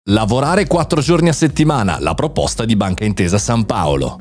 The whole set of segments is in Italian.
Lavorare 4 giorni a settimana, la proposta di Banca Intesa San Paolo.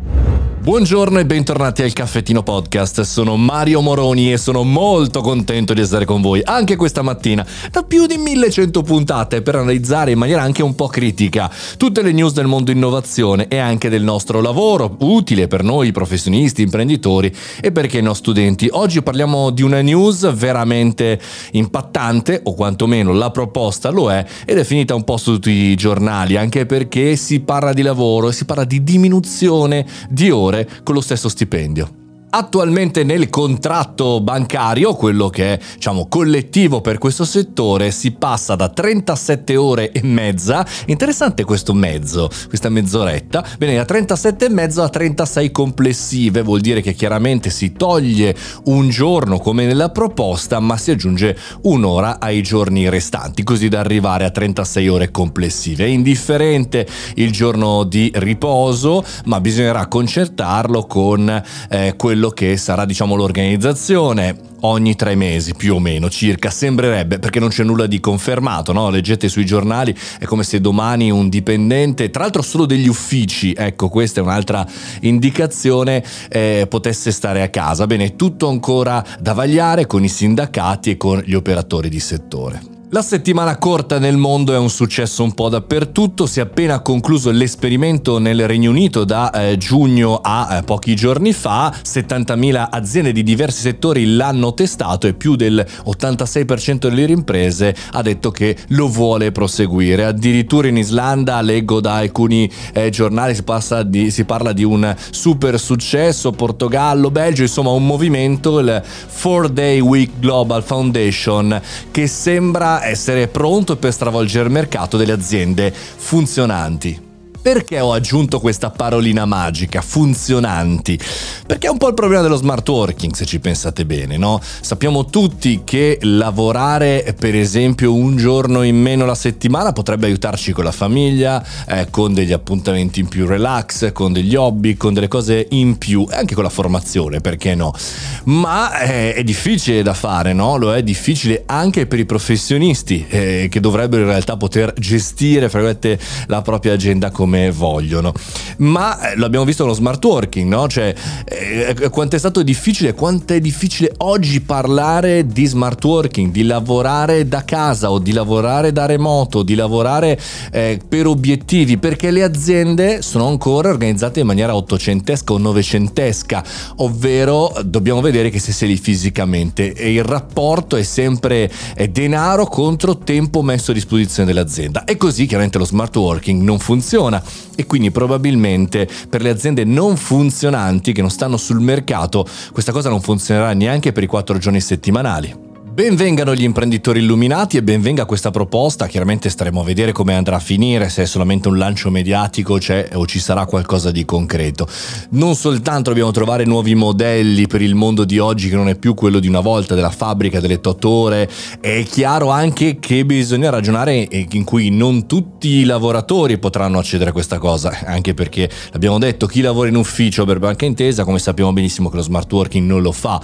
Buongiorno e bentornati al Caffettino Podcast, sono Mario Moroni e sono molto contento di essere con voi anche questa mattina da più di 1100 puntate per analizzare in maniera anche un po' critica tutte le news del mondo innovazione e anche del nostro lavoro, utile per noi professionisti, imprenditori e perché no studenti. Oggi parliamo di una news veramente impattante, o quantomeno la proposta lo è, ed è finita un po' su tutti i giornali, anche perché si parla di lavoro e si parla di diminuzione di ore con lo stesso stipendio. Attualmente nel contratto bancario, quello che è collettivo per questo settore, si passa da 37 ore e mezza, interessante questo mezzo, questa mezz'oretta, bene, da 37 e mezzo a 36 complessive, vuol dire che chiaramente si toglie un giorno come nella proposta, ma si aggiunge un'ora ai giorni restanti, così da arrivare a 36 ore complessive. È indifferente il giorno di riposo, ma bisognerà concertarlo con quello che sarà l'organizzazione ogni 3 mesi più o meno circa, sembrerebbe, perché non c'è nulla di confermato, no? Leggete sui giornali, è come se domani un dipendente, tra l'altro solo degli uffici, ecco questa è un'altra indicazione, potesse stare a casa. Bene, tutto ancora da vagliare con i sindacati e con gli operatori di settore. La settimana corta nel mondo è un successo un po' dappertutto, si è appena concluso l'esperimento nel Regno Unito da giugno a pochi giorni fa, 70.000 aziende di diversi settori l'hanno testato e più del 86% delle imprese ha detto che lo vuole proseguire. Addirittura in Islanda, leggo da alcuni giornali, si parla di un super successo, Portogallo, Belgio, insomma un movimento, il 4-Day Week Global Foundation, che sembra essere pronto per stravolgere il mercato delle aziende funzionanti. Perché ho aggiunto questa parolina magica, funzionanti? Perché è un po' il problema dello smart working, se ci pensate bene, no? Sappiamo tutti che lavorare, per esempio, un giorno in meno la settimana potrebbe aiutarci con la famiglia, con degli appuntamenti in più relax, con degli hobby, con delle cose in più, e anche con la formazione, perché no? Ma è difficile da fare, no? Lo è difficile anche per i professionisti, che dovrebbero in realtà poter gestire, fra virgolette, la propria agenda come vogliono. Ma lo abbiamo visto con lo smart working, no? Quanto è stato difficile, quanto è difficile oggi parlare di smart working, di lavorare da casa o di lavorare da remoto, di lavorare per obiettivi, perché le aziende sono ancora organizzate in maniera ottocentesca o novecentesca, ovvero dobbiamo vedere che se sei lì fisicamente e il rapporto è sempre denaro contro tempo messo a disposizione dell'azienda, e così chiaramente lo smart working non funziona. E quindi probabilmente per le aziende non funzionanti che non stanno sul mercato questa cosa non funzionerà neanche per i 4 giorni settimanali. Benvengano gli imprenditori illuminati e benvenga questa proposta. Chiaramente staremo a vedere come andrà a finire, se è solamente un lancio mediatico o ci sarà qualcosa di concreto. Non soltanto dobbiamo trovare nuovi modelli per il mondo di oggi, che non è più quello di una volta, della fabbrica delle 8 ore, è chiaro anche che bisogna ragionare in cui non tutti i lavoratori potranno accedere a questa cosa, anche perché l'abbiamo detto, chi lavora in ufficio per Banca Intesa, come sappiamo benissimo che lo smart working non lo fa,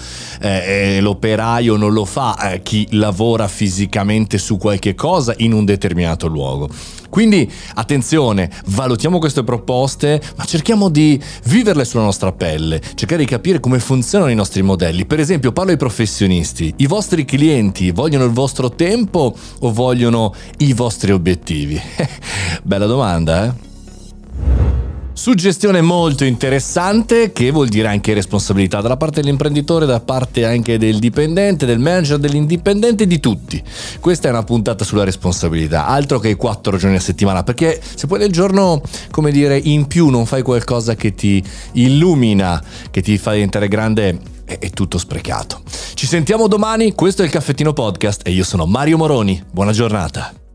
l'operaio non lo fa, chi lavora fisicamente su qualche cosa in un determinato luogo. Quindi attenzione, valutiamo queste proposte, ma cerchiamo di viverle sulla nostra pelle, cercare di capire come funzionano i nostri modelli. Per esempio, parlo ai professionisti: i vostri clienti vogliono il vostro tempo o vogliono i vostri obiettivi? Bella domanda, eh? Suggestione molto interessante, che vuol dire anche responsabilità dalla parte dell'imprenditore, da parte anche del dipendente, del manager, dell'indipendente, di tutti. Questa è una puntata sulla responsabilità, altro che i 4 giorni a settimana, perché se poi nel giorno, in più non fai qualcosa che ti illumina, che ti fa diventare grande, è tutto sprecato. Ci sentiamo domani, questo è il Caffettino Podcast e io sono Mario Moroni. Buona giornata.